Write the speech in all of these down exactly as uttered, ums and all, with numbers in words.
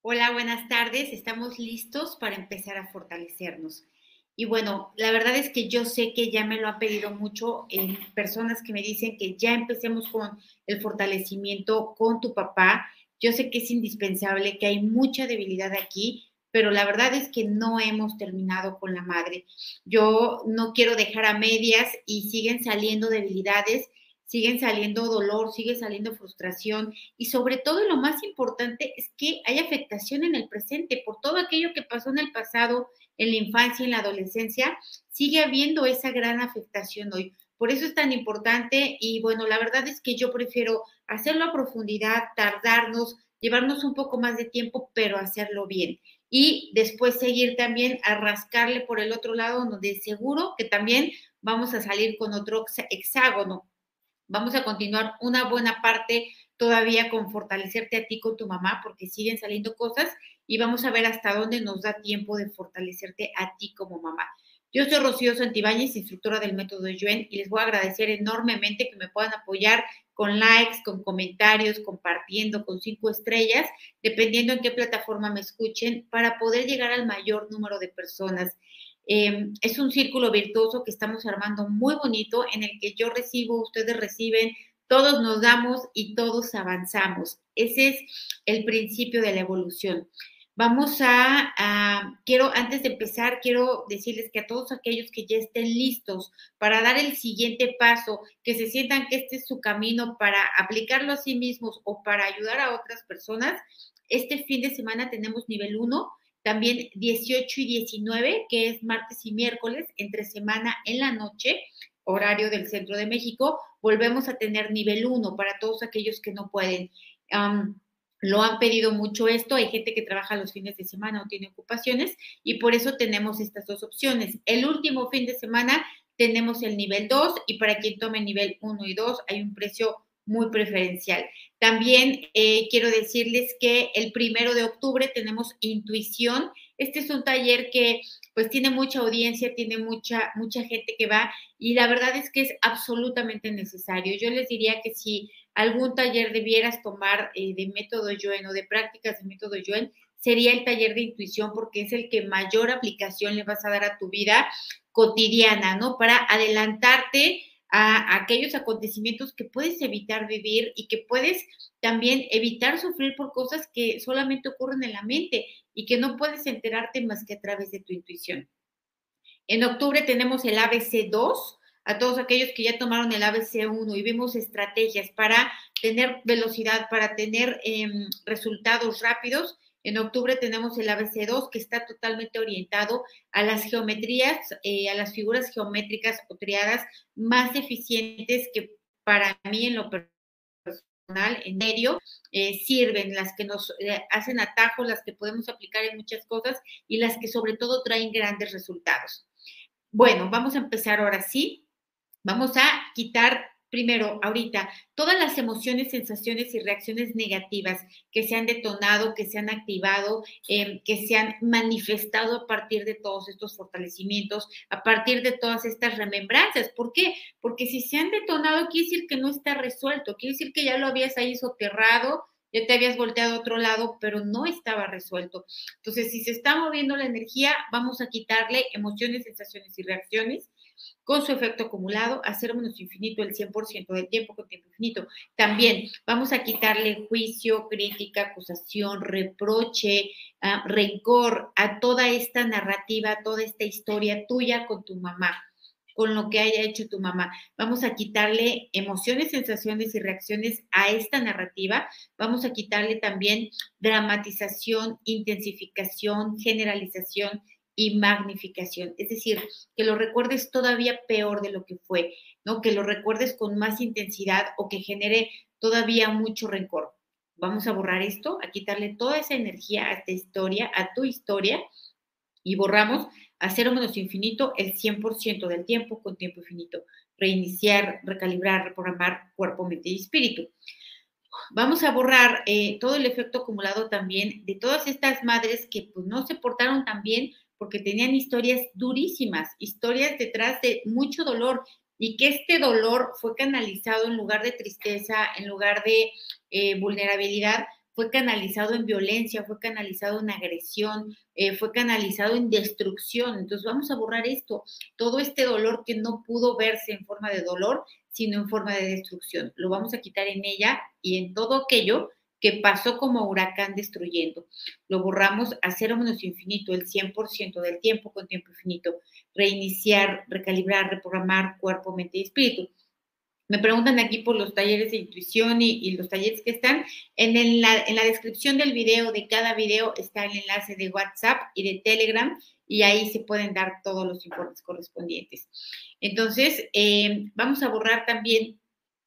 Hola, buenas tardes. Estamos listos para empezar a fortalecernos. Y bueno, la verdad es que yo sé que ya me lo han pedido mucho en personas que me dicen que ya empecemos con el fortalecimiento con tu papá. Yo sé que es indispensable, que hay mucha debilidad aquí, pero la verdad es que no hemos terminado con la madre. Yo no quiero dejar a medias y siguen saliendo debilidades, siguen saliendo dolor, sigue saliendo frustración y sobre todo, y lo más importante es que hay afectación en el presente por todo aquello que pasó en el pasado, en la infancia, en la adolescencia, sigue habiendo esa gran afectación hoy. Por eso es tan importante y bueno, la verdad es que yo prefiero hacerlo a profundidad, tardarnos, llevarnos un poco más de tiempo, pero hacerlo bien. Y después seguir también a rascarle por el otro lado, donde seguro que también vamos a salir con otro hexágono. Vamos a continuar una buena parte todavía con fortalecerte a ti con tu mamá, porque siguen saliendo cosas y vamos a ver hasta dónde nos da tiempo de fortalecerte a ti como mamá. Yo soy Rocío Santibáñez, instructora del método Yuen, y les voy a agradecer enormemente que me puedan apoyar con likes, con comentarios, compartiendo, con cinco estrellas, dependiendo en qué plataforma me escuchen, para poder llegar al mayor número de personas. Eh, es un círculo virtuoso que estamos armando muy bonito en el que yo recibo, ustedes reciben, todos nos damos y todos avanzamos. Ese es el principio de la evolución. Vamos a, a, quiero, antes de empezar, quiero decirles que a todos aquellos que ya estén listos para dar el siguiente paso, que se sientan que este es su camino para aplicarlo a sí mismos o para ayudar a otras personas, este fin de semana tenemos nivel uno, también dieciocho y diecinueve, que es martes y miércoles, entre semana en la noche, horario del centro de México, volvemos a tener nivel uno para todos aquellos que no pueden. Um, lo han pedido mucho esto, hay gente que trabaja los fines de semana o tiene ocupaciones y por eso tenemos estas dos opciones. El último fin de semana tenemos el nivel dos y para quien tome nivel uno y dos hay un precio muy preferencial. También eh, quiero decirles que el primero de octubre tenemos Intuición. Este es un taller que pues tiene mucha audiencia, tiene mucha, mucha gente que va y la verdad es que es absolutamente necesario. Yo les diría que si algún taller debieras tomar eh, de método Yuen o de prácticas de método Yuen, sería el taller de intuición porque es el que mayor aplicación le vas a dar a tu vida cotidiana, ¿no? Para adelantarte a aquellos acontecimientos que puedes evitar vivir y que puedes también evitar sufrir por cosas que solamente ocurren en la mente y que no puedes enterarte más que a través de tu intuición. En octubre tenemos el A B C dos, a todos aquellos que ya tomaron el A B C uno y vimos estrategias para tener velocidad, para tener eh, resultados rápidos. En octubre tenemos el A B C dos que está totalmente orientado a las geometrías, eh, a las figuras geométricas o triadas más eficientes que para mí en lo personal, en medio, eh, sirven, las que nos eh, hacen atajos, las que podemos aplicar en muchas cosas y las que sobre todo traen grandes resultados. Bueno, vamos a empezar ahora sí. Vamos a quitar primero, ahorita, todas las emociones, sensaciones y reacciones negativas que se han detonado, que se han activado, eh, que se han manifestado a partir de todos estos fortalecimientos, a partir de todas estas remembranzas. ¿Por qué? Porque si se han detonado, quiere decir que no está resuelto, quiere decir que ya lo habías ahí soterrado, ya te habías volteado a otro lado, pero no estaba resuelto. Entonces, si se está moviendo la energía, vamos a quitarle emociones, sensaciones y reacciones con su efecto acumulado a cero menos infinito el cien por ciento del tiempo con tiempo infinito. También vamos a quitarle juicio, crítica, acusación, reproche, uh, rencor a toda esta narrativa, a toda esta historia tuya con tu mamá, con lo que haya hecho tu mamá. Vamos a quitarle emociones, sensaciones y reacciones a esta narrativa. Vamos a quitarle también dramatización, intensificación, generalización y magnificación. Es decir, que lo recuerdes todavía peor de lo que fue, ¿no? Que lo recuerdes con más intensidad o que genere todavía mucho rencor. Vamos a borrar esto, a quitarle toda esa energía a esta historia, a tu historia, y borramos a cero menos infinito el cien por ciento del tiempo con tiempo infinito. Reiniciar, recalibrar, reprogramar cuerpo, mente y espíritu. Vamos a borrar eh, todo el efecto acumulado también de todas estas madres que pues, no se portaron tan bien porque tenían historias durísimas, historias detrás de mucho dolor y que este dolor fue canalizado en lugar de tristeza, en lugar de eh, vulnerabilidad, fue canalizado en violencia, fue canalizado en agresión, eh, fue canalizado en destrucción. Entonces vamos a borrar esto, todo este dolor que no pudo verse en forma de dolor, sino en forma de destrucción. Lo vamos a quitar en ella y en todo aquello que pasó como huracán destruyendo. Lo borramos a cero menos infinito, el cien por ciento del tiempo con tiempo infinito. Reiniciar, recalibrar, reprogramar cuerpo, mente y espíritu. Me preguntan aquí por los talleres de intuición y, y los talleres que están. En, el, la, en la descripción del video, de cada video, está el enlace de WhatsApp y de Telegram, y ahí se pueden dar todos los informes correspondientes. Entonces, eh, vamos a borrar también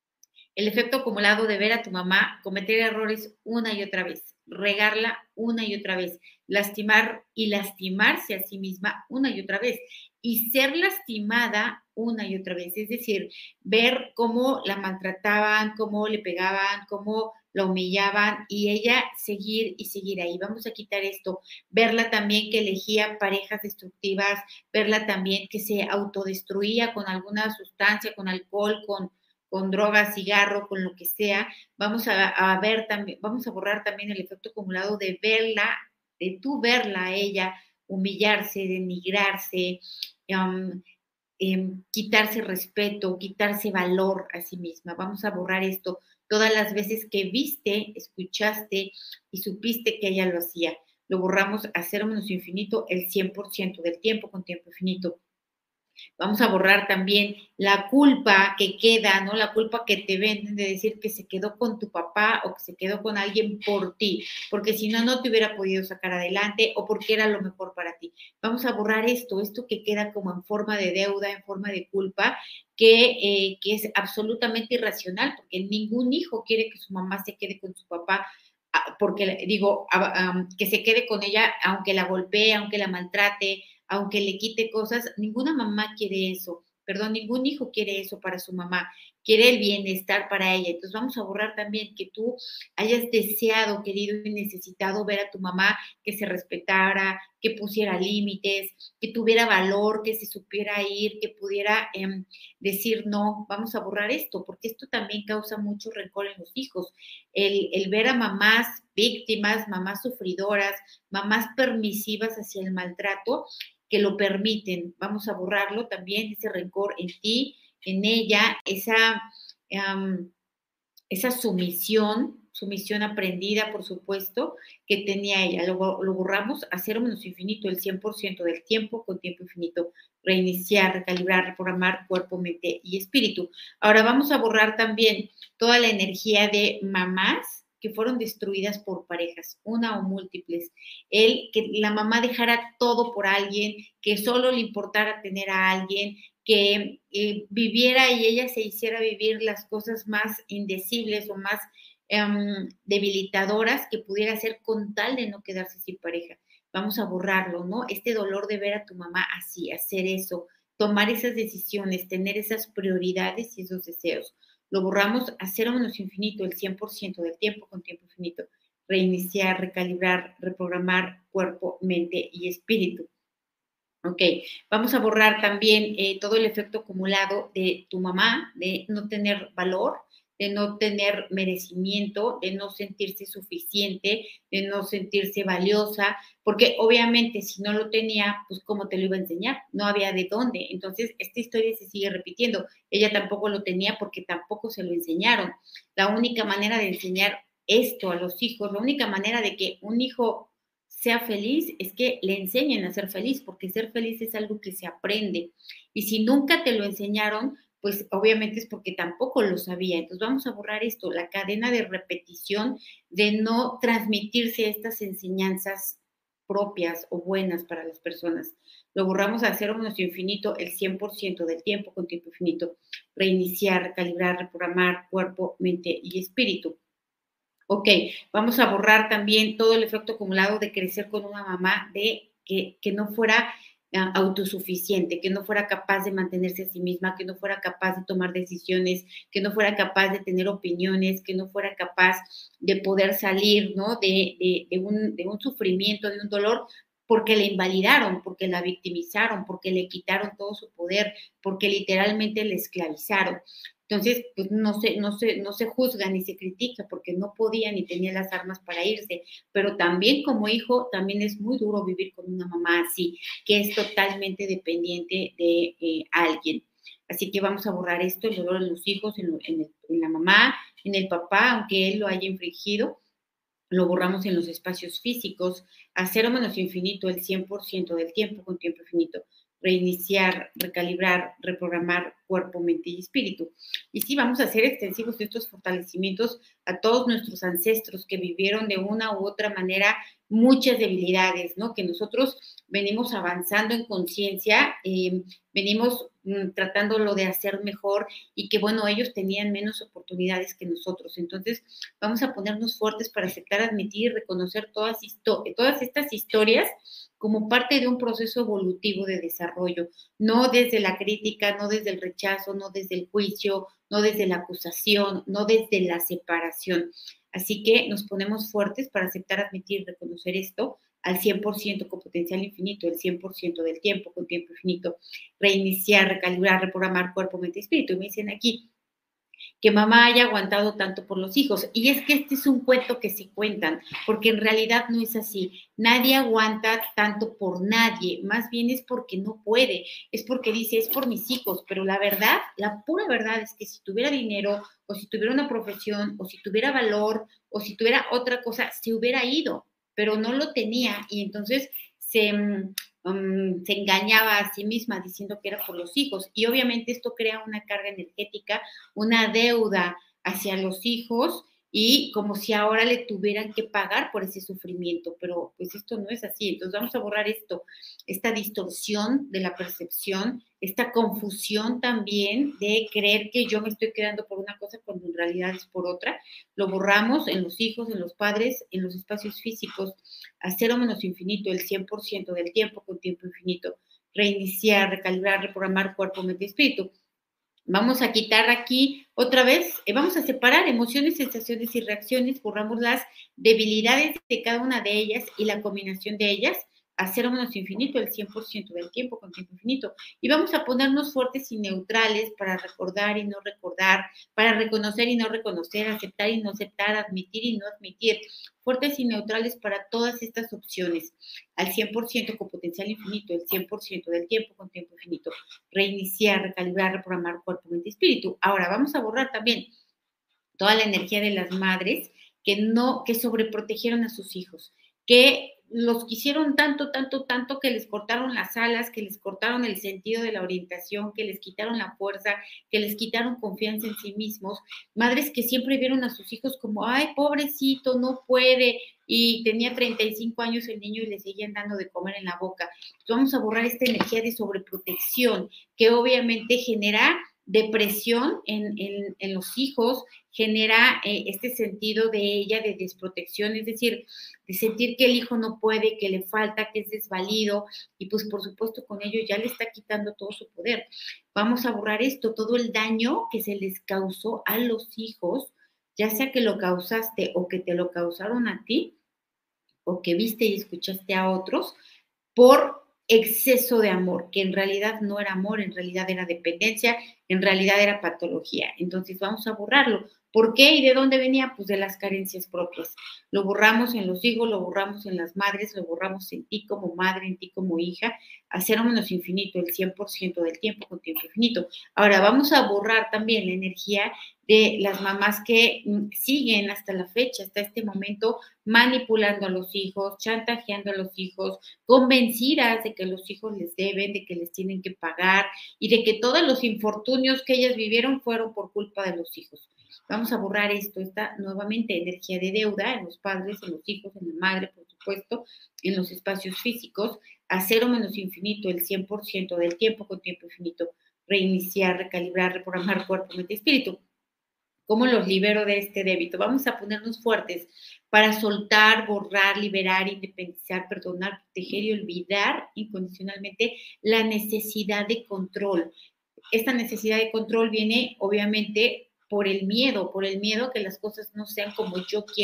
el efecto acumulado de ver a tu mamá cometer errores una y otra vez, regarla una y otra vez, lastimar y lastimarse a sí misma una y otra vez, y ser lastimada una y otra vez. Es decir, ver cómo la maltrataban, cómo le pegaban, cómo la humillaban, y ella seguir y seguir ahí. Vamos a quitar esto. Verla también que elegía parejas destructivas, verla también que se autodestruía con alguna sustancia, con alcohol, con con droga, cigarro, con lo que sea. Vamos a, a ver también, vamos a borrar también el efecto acumulado de verla, de tú verla a ella humillarse, denigrarse, um, eh, quitarse respeto, quitarse valor a sí misma. Vamos a borrar esto todas las veces que viste, escuchaste y supiste que ella lo hacía. Lo borramos a cero menos infinito el cien por ciento del tiempo con tiempo infinito. Vamos a borrar también la culpa que queda, ¿no? La culpa que te venden de decir que se quedó con tu papá o que se quedó con alguien por ti, porque si no, no te hubiera podido sacar adelante o porque era lo mejor para ti. Vamos a borrar esto, esto que queda como en forma de deuda, en forma de culpa, que, eh, que es absolutamente irracional, porque ningún hijo quiere que su mamá se quede con su papá, porque digo, que se quede con ella, aunque la golpee, aunque la maltrate, aunque le quite cosas. Ninguna mamá quiere eso, perdón, ningún hijo quiere eso para su mamá, quiere el bienestar para ella. Entonces vamos a borrar también que tú hayas deseado, querido y necesitado ver a tu mamá que se respetara, que pusiera límites, que tuviera valor, que se supiera ir, que pudiera eh, decir no. Vamos a borrar esto, porque esto también causa mucho rencor en los hijos. El, el ver a mamás víctimas, mamás sufridoras, mamás permisivas hacia el maltrato, que lo permiten. Vamos a borrarlo también, ese rencor en ti, en ella, esa, um, esa sumisión, sumisión aprendida, por supuesto, que tenía ella. Lo, lo borramos a cero menos infinito, el cien por ciento del tiempo con tiempo infinito. Reiniciar, recalibrar, reprogramar cuerpo, mente y espíritu. Ahora vamos a borrar también toda la energía de mamás que fueron destruidas por parejas, una o múltiples. El que la mamá dejara todo por alguien, que solo le importara tener a alguien, que eh, viviera y ella se hiciera vivir las cosas más indecibles o más um, debilitadoras que pudiera hacer con tal de no quedarse sin pareja. Vamos a borrarlo, ¿no? Este dolor de ver a tu mamá así, hacer eso, tomar esas decisiones, tener esas prioridades y esos deseos. Lo borramos a cero menos infinito, el cien por ciento del tiempo con tiempo infinito. Reiniciar, recalibrar, reprogramar cuerpo, mente y espíritu. Ok, vamos a borrar también eh, todo el efecto acumulado de tu mamá, de no tener valor, de no tener merecimiento, de no sentirse suficiente, de no sentirse valiosa, porque obviamente si no lo tenía, pues cómo te lo iba a enseñar, no había de dónde. Entonces, esta historia se sigue repitiendo. Ella tampoco lo tenía porque tampoco se lo enseñaron. La única manera de enseñar esto a los hijos, la única manera de que un hijo sea feliz es que le enseñen a ser feliz, porque ser feliz es algo que se aprende. Y si nunca te lo enseñaron, pues obviamente es porque tampoco lo sabía. Entonces vamos a borrar esto, la cadena de repetición de no transmitirse estas enseñanzas propias o buenas para las personas. Lo borramos a cero menos infinito el cien por ciento del tiempo con tiempo infinito. Reiniciar, recalibrar, reprogramar cuerpo, mente y espíritu. Ok, vamos a borrar también todo el efecto acumulado de crecer con una mamá de que, que no fuera uh, autosuficiente, que no fuera capaz de mantenerse a sí misma, que no fuera capaz de tomar decisiones, que no fuera capaz de tener opiniones, que no fuera capaz de poder salir, ¿no? de, de, de, un, de un sufrimiento, de un dolor, porque la invalidaron, porque la victimizaron, porque le quitaron todo su poder, porque literalmente la esclavizaron. Entonces, pues no se, no se, no se juzga ni se critica porque no podía ni tenía las armas para irse, pero también como hijo, también es muy duro vivir con una mamá así, que es totalmente dependiente de eh, alguien. Así que vamos a borrar esto, el dolor en los hijos, en, lo, en, el, en la mamá, en el papá, aunque él lo haya infringido, lo borramos en los espacios físicos, a cero menos infinito el cien por ciento del tiempo con tiempo infinito, reiniciar, recalibrar, reprogramar cuerpo, mente y espíritu. Y sí, vamos a hacer extensivos estos fortalecimientos a todos nuestros ancestros que vivieron de una u otra manera muchas debilidades, ¿no? Que nosotros venimos avanzando en conciencia, eh, venimos mm, tratándolo de hacer mejor y que, bueno, ellos tenían menos oportunidades que nosotros. Entonces, vamos a ponernos fuertes para aceptar, admitir y reconocer todas, todas estas historias como parte de un proceso evolutivo de desarrollo, no desde la crítica, no desde el rechazo, no desde el juicio, no desde la acusación, no desde la separación. Así que nos ponemos fuertes para aceptar, admitir y reconocer esto al cien por ciento con potencial infinito, el cien por ciento del tiempo con tiempo infinito, reiniciar, recalibrar, reprogramar cuerpo, mente y espíritu. Y me dicen aquí, que mamá haya aguantado tanto por los hijos. Y es que este es un cuento que se cuentan, porque en realidad no es así. Nadie aguanta tanto por nadie, más bien es porque no puede, es porque dice, es por mis hijos, pero la verdad, la pura verdad es que si tuviera dinero, o si tuviera una profesión, o si tuviera valor, o si tuviera otra cosa, se hubiera ido, pero no lo tenía y entonces se... Um, se engañaba a sí misma diciendo que era por los hijos y obviamente esto crea una carga energética, una deuda hacia los hijos y como si ahora le tuvieran que pagar por ese sufrimiento, pero pues esto no es así. Entonces vamos a borrar esto, esta distorsión de la percepción, esta confusión también de creer que yo me estoy quedando por una cosa cuando en realidad es por otra. Lo borramos en los hijos, en los padres, en los espacios físicos, a cero menos infinito, el cien por ciento del tiempo con tiempo infinito, reiniciar, recalibrar, reprogramar cuerpo, mente y espíritu. Vamos a quitar aquí otra vez, eh, vamos a separar emociones, sensaciones y reacciones, borramos las debilidades de cada una de ellas y la combinación de ellas a cero menos infinito, el cien por ciento del tiempo con tiempo infinito. Y vamos a ponernos fuertes y neutrales para recordar y no recordar, para reconocer y no reconocer, aceptar y no aceptar, admitir y no admitir. Fuertes y neutrales para todas estas opciones, al cien por ciento con potencial infinito, el cien por ciento del tiempo con tiempo infinito. Reiniciar, recalibrar, reprogramar cuerpo, mente y espíritu. Ahora vamos a borrar también toda la energía de las madres que no, que sobreprotegieron a sus hijos, que los quisieron tanto, tanto, tanto que les cortaron las alas, que les cortaron el sentido de la orientación, que les quitaron la fuerza, que les quitaron confianza en sí mismos. Madres que siempre vieron a sus hijos como, ay, pobrecito, no puede, y tenía treinta y cinco años el niño y le seguían dando de comer en la boca. Entonces vamos a borrar esta energía de sobreprotección que obviamente genera depresión en, en, en los hijos, genera eh, este sentido de ella de desprotección, es decir, de sentir que el hijo no puede, que le falta, que es desvalido, y pues por supuesto con ello ya le está quitando todo su poder. Vamos a borrar esto, todo el daño que se les causó a los hijos, ya sea que lo causaste o que te lo causaron a ti, o que viste y escuchaste a otros, por exceso de amor, que en realidad no era amor, en realidad era dependencia, en realidad era patología. Entonces vamos a borrarlo. ¿Por qué y de dónde venía? Pues de las carencias propias. Lo borramos en los hijos, lo borramos en las madres, lo borramos en ti como madre, en ti como hija, a cero menos infinito, el cien por ciento del tiempo con tiempo infinito. Ahora vamos a borrar también la energía de las mamás que siguen hasta la fecha, hasta este momento, manipulando a los hijos, chantajeando a los hijos, convencidas de que los hijos les deben, de que les tienen que pagar y de que todos los infortunios que ellas vivieron fueron por culpa de los hijos. Vamos a borrar esto, esta nuevamente energía de deuda en los padres, en los hijos, en la madre, por supuesto, en los espacios físicos, a cero menos infinito, el cien por ciento del tiempo con tiempo infinito, reiniciar, recalibrar, reprogramar cuerpo, mente y espíritu. ¿Cómo los libero de este débito? Vamos a ponernos fuertes para soltar, borrar, liberar, independizar, perdonar, proteger y olvidar incondicionalmente la necesidad de control. Esta necesidad de control viene, obviamente, por el miedo, por el miedo a que las cosas no sean como yo quiero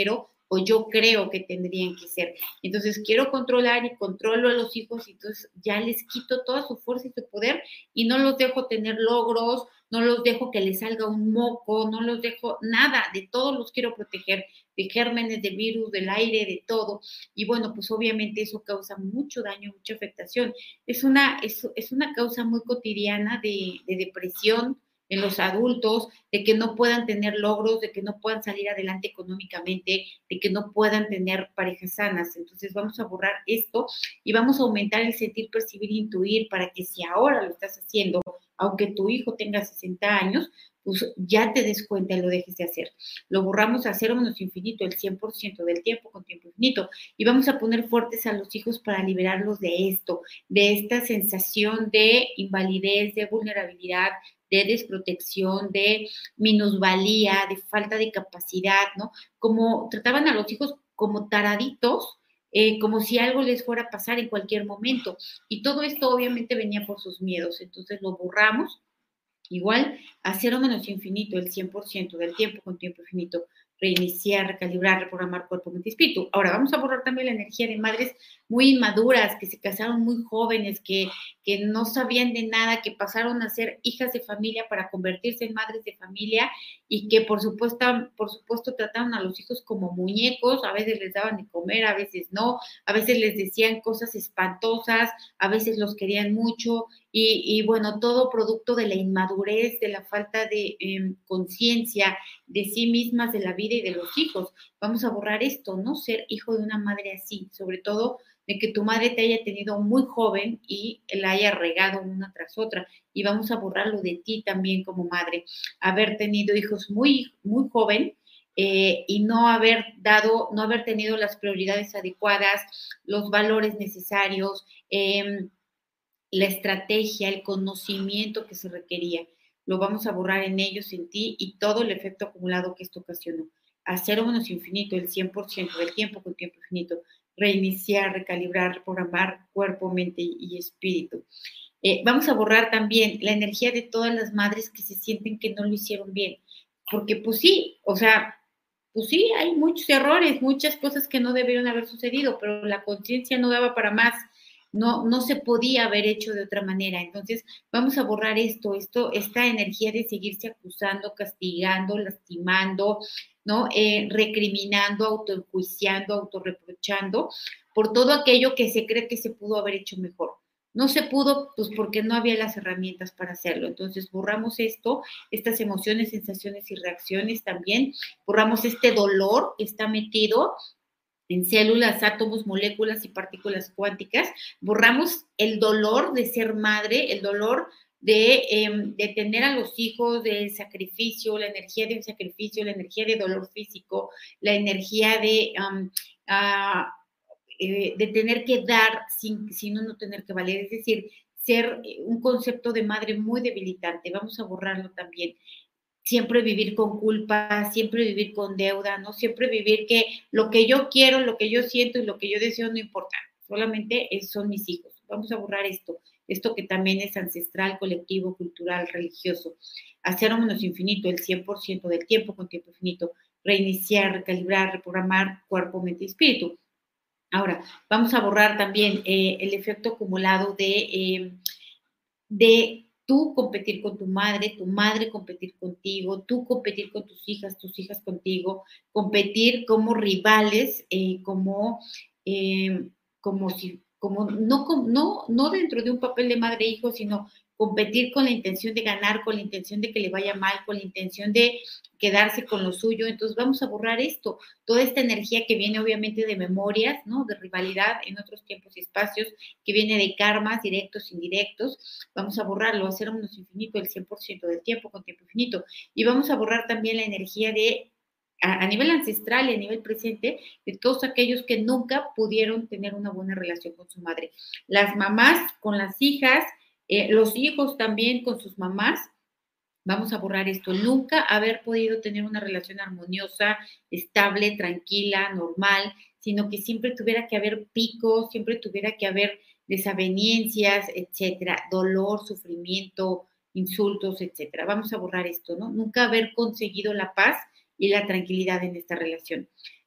o yo creo que tendrían que ser. Entonces quiero controlar y controlo a los hijos y entonces ya les quito toda su fuerza y su poder y no los dejo tener logros, no los dejo que les salga un moco, no los dejo nada, de todos los quiero proteger, de gérmenes, de virus, del aire, de todo. Y bueno, pues obviamente eso causa mucho daño, mucha afectación. Es una, es, es una causa muy cotidiana de, de depresión en los adultos, de que no puedan tener logros, de que no puedan salir adelante económicamente, de que no puedan tener parejas sanas. Entonces vamos a borrar esto y vamos a aumentar el sentir, percibir, intuir para que si ahora lo estás haciendo, aunque tu hijo tenga sesenta años, pues ya te des cuenta y lo dejes de hacer. Lo borramos a cero menos infinito, el cien por ciento del tiempo con tiempo infinito. Y vamos a poner fuertes a los hijos para liberarlos de esto, de esta sensación de invalidez, de vulnerabilidad, de desprotección, de minusvalía, de falta de capacidad, ¿no? Como trataban a los hijos como taraditos, eh, como si algo les fuera a pasar en cualquier momento. Y todo esto obviamente venía por sus miedos. Entonces lo borramos. Igual a cero menos infinito, el cien por ciento del tiempo con tiempo infinito, reiniciar, recalibrar, reprogramar cuerpo, mente y espíritu. Ahora vamos a borrar también la energía de madres muy inmaduras, que se casaron muy jóvenes, que, que no sabían de nada, que pasaron a ser hijas de familia para convertirse en madres de familia y que por supuesto, por supuesto trataron a los hijos como muñecos, a veces les daban de comer, a veces no, a veces les decían cosas espantosas, a veces los querían mucho y, y bueno, todo producto de la inmadurez, de la falta de eh, conciencia de sí mismas, de la vida y de los hijos. Vamos a borrar esto, ¿no? Ser hijo de una madre así, sobre todo de que tu madre te haya tenido muy joven y la haya regado una tras otra. Y vamos a borrarlo de ti también como madre, haber tenido hijos muy, muy joven. Eh, y no haber dado, no haber tenido las prioridades adecuadas, los valores necesarios, eh, la estrategia, el conocimiento que se requería. Lo vamos a borrar en ellos, en ti y todo el efecto acumulado que esto ocasionó. A cero menos infinito, el cien por ciento del tiempo con tiempo infinito. Reiniciar, recalibrar, reprogramar cuerpo, mente y espíritu. Eh, vamos a borrar también la energía de todas las madres que se sienten que no lo hicieron bien. Porque pues sí, o sea, pues sí, hay muchos errores, muchas cosas que no debieron haber sucedido, pero la conciencia no daba para más. No, no se podía haber hecho de otra manera. Entonces, vamos a borrar esto, esto, esta energía de seguirse acusando, castigando, lastimando, ¿no? Eh, recriminando, autoenjuiciando, autorreprochando por todo aquello que se cree que se pudo haber hecho mejor. No se pudo, pues porque no había las herramientas para hacerlo. Entonces, borramos esto, estas emociones, sensaciones y reacciones también. Borramos este dolor que está metido en células, átomos, moléculas y partículas cuánticas. Borramos el dolor de ser madre, el dolor de, eh, de tener a los hijos, del sacrificio, la energía del sacrificio, la energía de dolor físico, la energía de... Um, uh, eh, de tener que dar sin, sin uno tener que valer, es decir, ser un concepto de madre muy debilitante. Vamos a borrarlo también. Siempre vivir con culpa, siempre vivir con deuda, ¿no? Siempre vivir que lo que yo quiero, lo que yo siento y lo que yo deseo no importa, solamente son mis hijos. Vamos a borrar esto, esto que también es ancestral, colectivo, cultural, religioso. Hacer un menos infinito, el cien por ciento del tiempo con tiempo infinito. Reiniciar, recalibrar, reprogramar cuerpo, mente y espíritu. Ahora, vamos a borrar también eh, el efecto acumulado de, eh, de tú competir con tu madre, tu madre competir contigo, tú competir con tus hijas, tus hijas contigo, competir como rivales, eh, como, eh, como si, como no, no, no dentro de un papel de madre-hijo, sino competir con la intención de ganar, con la intención de que le vaya mal, con la intención de quedarse con lo suyo. Entonces vamos a borrar esto, toda esta energía que viene obviamente de memorias, ¿no? De rivalidad en otros tiempos y espacios, que viene de karmas directos, indirectos. Vamos a borrarlo, hacer menos infinito el cien por ciento del tiempo con tiempo infinito. Y vamos a borrar también la energía de a, a nivel ancestral y a nivel presente, de todos aquellos que nunca pudieron tener una buena relación con su madre. Las mamás con las hijas, eh, los hijos también con sus mamás. Vamos a borrar esto, nunca haber podido tener una relación armoniosa, estable, tranquila, normal, sino que siempre tuviera que haber picos, siempre tuviera que haber desavenencias, etcétera, dolor, sufrimiento, insultos, etcétera. Vamos a borrar esto, ¿no? Nunca haber conseguido la paz y la tranquilidad en esta relación.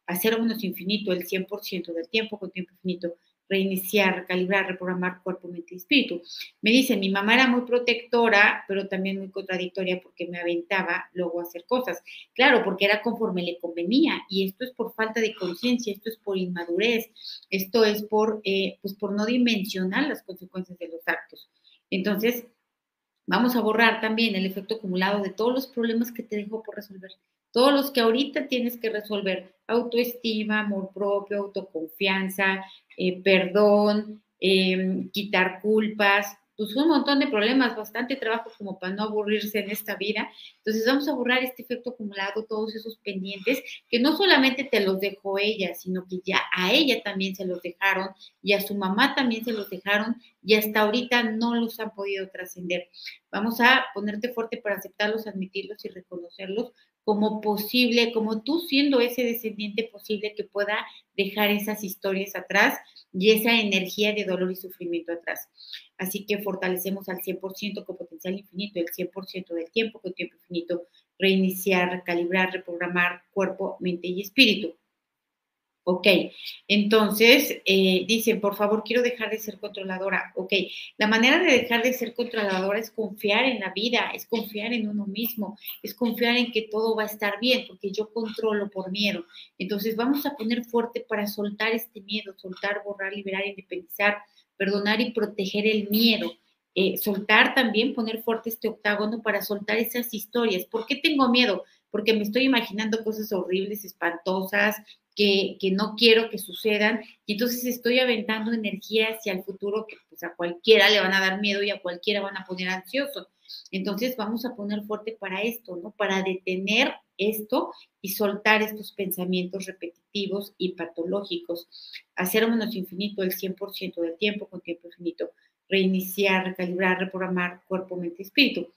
a cero menos infinito el cien por ciento del tiempo con tiempo infinito, reiniciar, calibrar, reprogramar cuerpo, mente y espíritu. Me dice, mi mamá era muy protectora, pero también muy contradictoria porque me aventaba luego a hacer cosas. Claro, porque era conforme le convenía y esto es por falta de conciencia, esto es por inmadurez, esto es por, eh, pues por no dimensionar las consecuencias de los actos. Entonces, vamos a borrar también el efecto acumulado de todos los problemas que te dejó por resolver. Todos los que ahorita tienes que resolver. Autoestima, amor propio, autoconfianza, eh, perdón, eh, quitar culpas. Pues un montón de problemas, bastante trabajo como para no aburrirse en esta vida. Entonces vamos a borrar este efecto acumulado, todos esos pendientes, que no solamente te los dejó ella, sino que ya a ella también se los dejaron y a su mamá también se los dejaron y hasta ahorita no los han podido trascender. Vamos a ponerte fuerte para aceptarlos, admitirlos y reconocerlos como posible, como tú siendo ese descendiente posible que pueda dejar esas historias atrás y esa energía de dolor y sufrimiento atrás. Así que fortalecemos al cien por ciento con potencial infinito, el cien por ciento del tiempo con tiempo infinito, reiniciar, recalibrar, reprogramar cuerpo, mente y espíritu. Ok, entonces eh, dicen, por favor, quiero dejar de ser controladora. Ok, la manera de dejar de ser controladora es confiar en la vida, es confiar en uno mismo, es confiar en que todo va a estar bien, porque yo controlo por miedo. Entonces vamos a poner fuerte para soltar este miedo, soltar, borrar, liberar, independizar, perdonar y proteger el miedo. Eh, soltar también, poner fuerte este octágono para soltar esas historias. ¿Por qué tengo miedo? Porque me estoy imaginando cosas horribles, espantosas, que, que no quiero que sucedan, y entonces estoy aventando energía hacia el futuro que pues a cualquiera le van a dar miedo y a cualquiera van a poner ansioso. Entonces vamos a poner fuerte para esto, ¿no? Para detener esto y soltar estos pensamientos repetitivos y patológicos. Hacer menos infinito el cien por ciento del tiempo con tiempo infinito. Reiniciar, recalibrar, reprogramar cuerpo, mente y espíritu.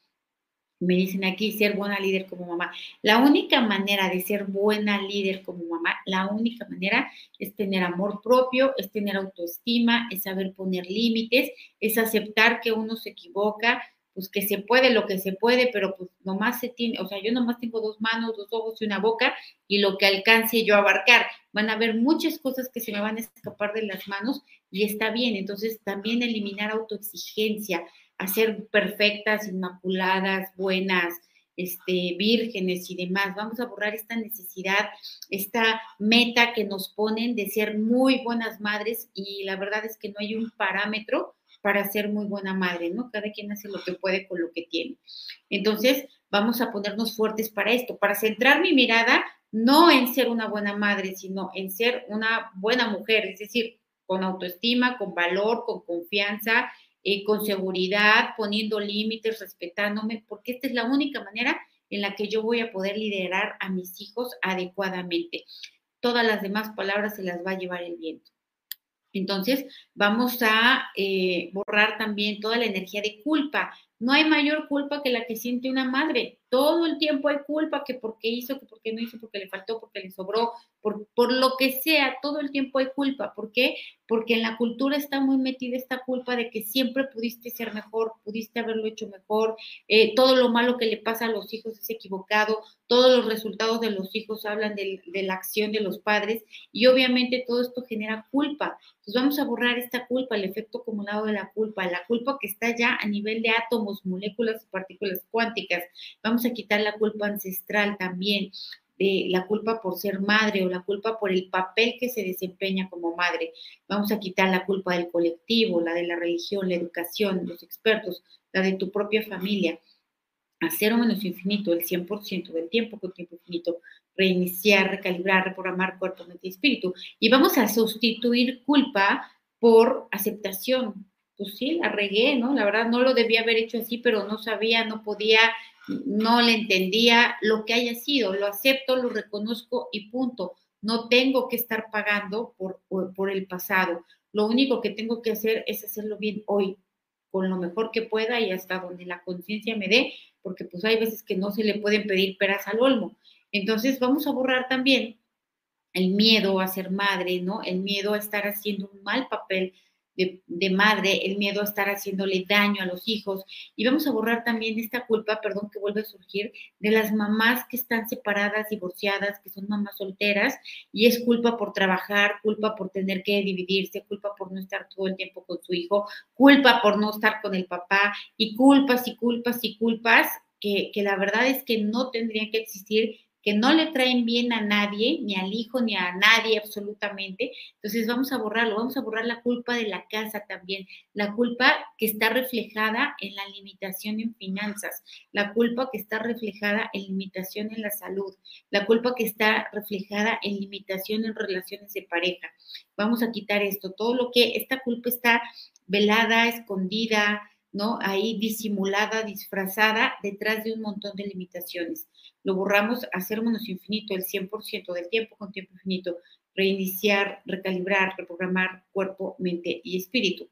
Me dicen aquí, ser buena líder como mamá. La única manera de ser buena líder como mamá, la única manera es tener amor propio, es tener autoestima, es saber poner límites, es aceptar que uno se equivoca, pues que se puede lo que se puede, pero pues nomás se tiene, o sea, yo nomás tengo dos manos, dos ojos y una boca y lo que alcance yo a abarcar. Van a haber muchas cosas que se me van a escapar de las manos y está bien. Entonces, también eliminar autoexigencia, a ser perfectas, inmaculadas, buenas, este, vírgenes y demás. Vamos a borrar esta necesidad, esta meta que nos ponen de ser muy buenas madres y la verdad es que no hay un parámetro para ser muy buena madre, ¿no? Cada quien hace lo que puede con lo que tiene. Entonces, vamos a ponernos fuertes para esto, para centrar mi mirada no en ser una buena madre, sino en ser una buena mujer, es decir, con autoestima, con valor, con confianza, eh, con seguridad, poniendo límites, respetándome, porque esta es la única manera en la que yo voy a poder liderar a mis hijos adecuadamente. Todas las demás palabras se las va a llevar el viento. Entonces, vamos a eh, borrar también toda la energía de culpa. No hay mayor culpa que la que siente una madre. Todo el tiempo hay culpa, que porque hizo, que porque no hizo, porque le faltó, porque le sobró, por, por lo que sea, todo el tiempo hay culpa. ¿Por qué? Porque en la cultura está muy metida esta culpa de que siempre pudiste ser mejor, pudiste haberlo hecho mejor, eh, todo lo malo que le pasa a los hijos es equivocado, todos los resultados de los hijos hablan de, de la acción de los padres y obviamente todo esto genera culpa. Entonces vamos a borrar esta culpa, el efecto acumulado de la culpa, la culpa que está ya a nivel de átomos, moléculas y partículas cuánticas. Vamos a quitar la culpa ancestral también, de la culpa por ser madre o la culpa por el papel que se desempeña como madre. Vamos a quitar la culpa del colectivo, la de la religión, la educación, los expertos, la de tu propia familia. A cero menos infinito, el cien por ciento del tiempo con tiempo infinito, reiniciar, recalibrar, reprogramar cuerpo, mente y espíritu. Y vamos a sustituir culpa por aceptación. Pues sí, la regué, ¿no? La verdad no lo debía haber hecho así, pero no sabía, no podía, no le entendía lo que haya sido. Lo acepto, lo reconozco y punto. No tengo que estar pagando por, por, por el pasado. Lo único que tengo que hacer es hacerlo bien hoy, con lo mejor que pueda y hasta donde la conciencia me dé, porque pues hay veces que no se le pueden pedir peras al olmo. Entonces vamos a borrar también el miedo a ser madre, ¿no? El miedo a estar haciendo un mal papel de, de madre, el miedo a estar haciéndole daño a los hijos. Y vamos a borrar también esta culpa, perdón, que vuelve a surgir, de las mamás que están separadas, divorciadas, que son mamás solteras, y es culpa por trabajar, culpa por tener que dividirse, culpa por no estar todo el tiempo con su hijo, culpa por no estar con el papá, y culpas y culpas y culpas que, que la verdad es que no tendrían que existir, que no le traen bien a nadie, ni al hijo, ni a nadie absolutamente. Entonces vamos a borrarlo, vamos a borrar la culpa de la casa también, la culpa que está reflejada en la limitación en finanzas, la culpa que está reflejada en limitación en la salud, la culpa que está reflejada en limitación en relaciones de pareja. Vamos a quitar esto, todo lo que esta culpa está velada, escondida, ¿no? Ahí disimulada, disfrazada, detrás de un montón de limitaciones. Lo borramos a cero menos infinito, el cien por ciento del tiempo con tiempo infinito. Reiniciar, recalibrar, reprogramar cuerpo, mente y espíritu.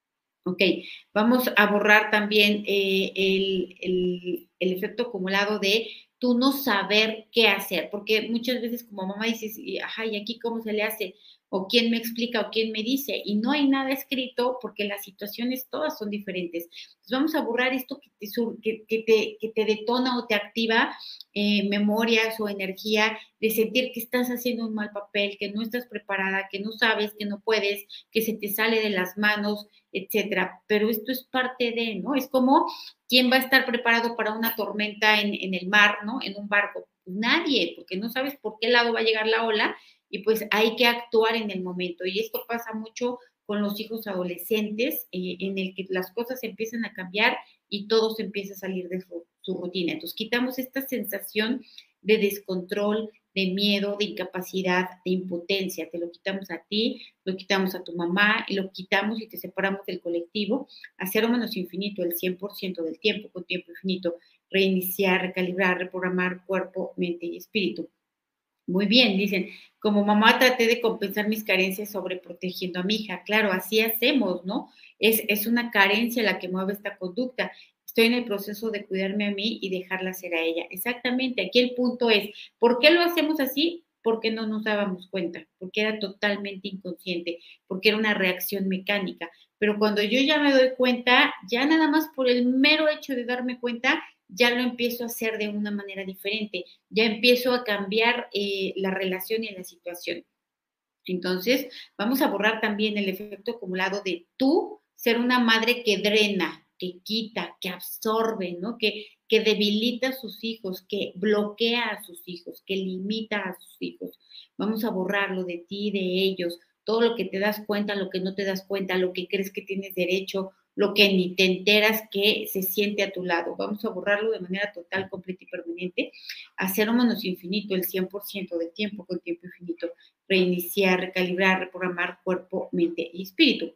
Ok, vamos a borrar también eh, el, el, el efecto acumulado de tú no saber qué hacer, porque muchas veces como mamá dices, ajá, ¿y aquí cómo se le hace? O quién me explica o quién me dice, y no hay nada escrito porque las situaciones todas son diferentes. Entonces vamos a borrar esto que te, que, que te, que te detona o te activa eh, memorias o energía de sentir que estás haciendo un mal papel, que no estás preparada, que no sabes, que no puedes, que se te sale de las manos, etcétera. Pero esto es parte de, ¿no? Es como quién va a estar preparado para una tormenta en, en el mar, ¿no? En un barco. Nadie, porque no sabes por qué lado va a llegar la ola y pues hay que actuar en el momento. Y esto pasa mucho con los hijos adolescentes, eh, en el que las cosas empiezan a cambiar y todo se empieza a salir de su, su rutina. Entonces quitamos esta sensación de descontrol, de miedo, de incapacidad, de impotencia. Te lo quitamos a ti, lo quitamos a tu mamá y lo quitamos y te separamos del colectivo a cero menos infinito, el cien por ciento del tiempo con tiempo infinito. Reiniciar, recalibrar, reprogramar cuerpo, mente y espíritu. Muy bien, dicen, como mamá traté de compensar mis carencias sobreprotegiendo a mi hija. Claro, así hacemos, ¿no? Es, es una carencia la que mueve esta conducta. Estoy en el proceso de cuidarme a mí y dejarla ser a ella. Exactamente, aquí el punto es, ¿por qué lo hacemos así? Porque no nos dábamos cuenta, porque era totalmente inconsciente, porque era una reacción mecánica. Pero cuando yo ya me doy cuenta, ya nada más por el mero hecho de darme cuenta, ya lo empiezo a hacer de una manera diferente, ya empiezo a cambiar eh, la relación y la situación. Entonces, vamos a borrar también el efecto acumulado de tú ser una madre que drena, que quita, que absorbe, ¿no? Que, que debilita a sus hijos, que bloquea a sus hijos, que limita a sus hijos. Vamos a borrarlo de ti, de ellos, todo lo que te das cuenta, lo que no te das cuenta, lo que crees que tienes derecho, lo que ni te enteras que se siente a tu lado. Vamos a borrarlo de manera total, completa y permanente, a cero menos infinito, el cien por ciento del tiempo con tiempo infinito. Reiniciar, recalibrar, reprogramar cuerpo, mente y espíritu.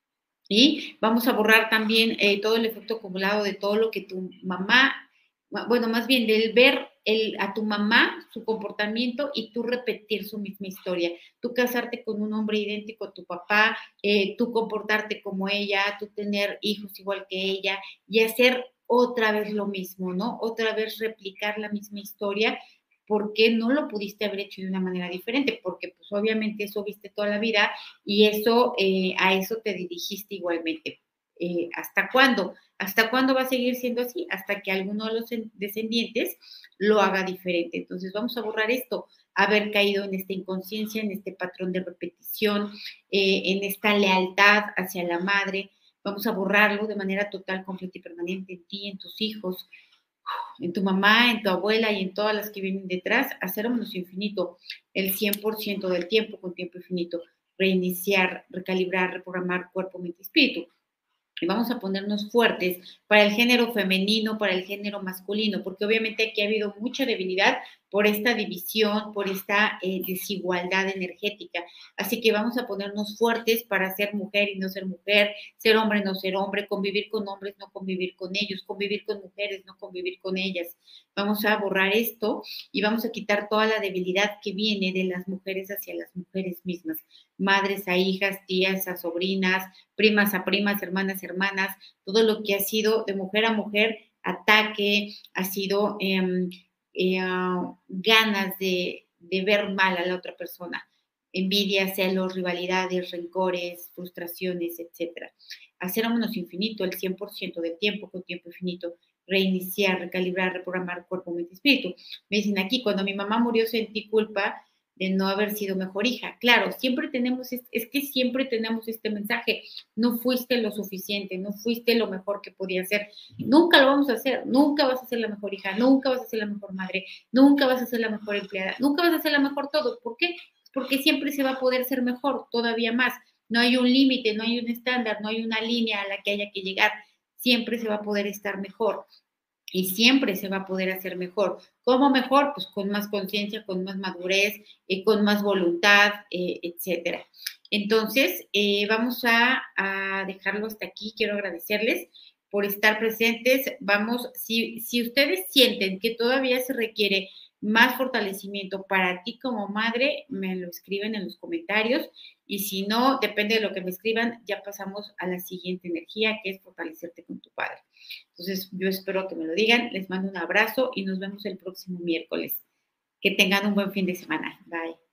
Y vamos a borrar también eh, todo el efecto acumulado de todo lo que tu mamá, bueno, más bien del ver el, a tu mamá, su comportamiento y tú repetir su misma historia. Tú casarte con un hombre idéntico a tu papá, eh, tú comportarte como ella, tú tener hijos igual que ella y hacer otra vez lo mismo, ¿no? Otra vez replicar la misma historia. ¿Por qué no lo pudiste haber hecho de una manera diferente? Porque pues obviamente eso viste toda la vida y eso, eh, a eso te dirigiste igualmente. Eh, ¿Hasta cuándo? ¿Hasta cuándo va a seguir siendo así? Hasta que alguno de los descendientes lo haga diferente. Entonces vamos a borrar esto, haber caído en esta inconsciencia, en este patrón de repetición, eh, en esta lealtad hacia la madre. Vamos a borrarlo de manera total, completa y permanente en ti, en tus hijos, en tu mamá, en tu abuela y en todas las que vienen detrás, a cero menos infinito, el cien por ciento del tiempo con tiempo infinito, reiniciar, recalibrar, reprogramar cuerpo, mente y espíritu. Y vamos a ponernos fuertes para el género femenino, para el género masculino, porque obviamente aquí ha habido mucha debilidad por esta división, por esta eh, desigualdad energética. Así que vamos a ponernos fuertes para ser mujer y no ser mujer, ser hombre, no ser hombre, convivir con hombres, no convivir con ellos, convivir con mujeres, no convivir con ellas. Vamos a borrar esto y vamos a quitar toda la debilidad que viene de las mujeres hacia las mujeres mismas, madres a hijas, tías a sobrinas, primas a primas, hermanas a hermanas, todo lo que ha sido de mujer a mujer, ataque, ha sido eh, eh, ganas de, de ver mal a la otra persona. envidia, celos, rivalidades, rencores, frustraciones, etcétera. Hacer menos infinito el cien por ciento del tiempo con tiempo infinito, reiniciar, recalibrar, reprogramar cuerpo, mente, espíritu. Me dicen aquí, cuando mi mamá murió sentí culpa de no haber sido mejor hija. Claro, siempre tenemos, es que siempre tenemos este mensaje, no fuiste lo suficiente, no fuiste lo mejor que podía ser, nunca lo vamos a hacer, nunca vas a ser la mejor hija, nunca vas a ser la mejor madre, nunca vas a ser la mejor empleada, nunca vas a ser la mejor todo. ¿Por qué? Porque siempre se va a poder ser mejor, todavía más. No hay un límite, no hay un estándar, no hay una línea a la que haya que llegar, siempre se va a poder estar mejor. Y siempre se va a poder hacer mejor. ¿Cómo mejor? Pues con más conciencia, con más madurez, eh, con más voluntad, eh, etcétera. Entonces, eh, vamos a, a, dejarlo hasta aquí. Quiero agradecerles por estar presentes. Vamos, si, si ustedes sienten que todavía se requiere más fortalecimiento para ti como madre, me lo escriben en los comentarios. Y si no, depende de lo que me escriban, ya pasamos a la siguiente energía, que es fortalecerte con tu padre. Entonces, yo espero que me lo digan. Les mando un abrazo y nos vemos el próximo miércoles. Que tengan un buen fin de semana. Bye.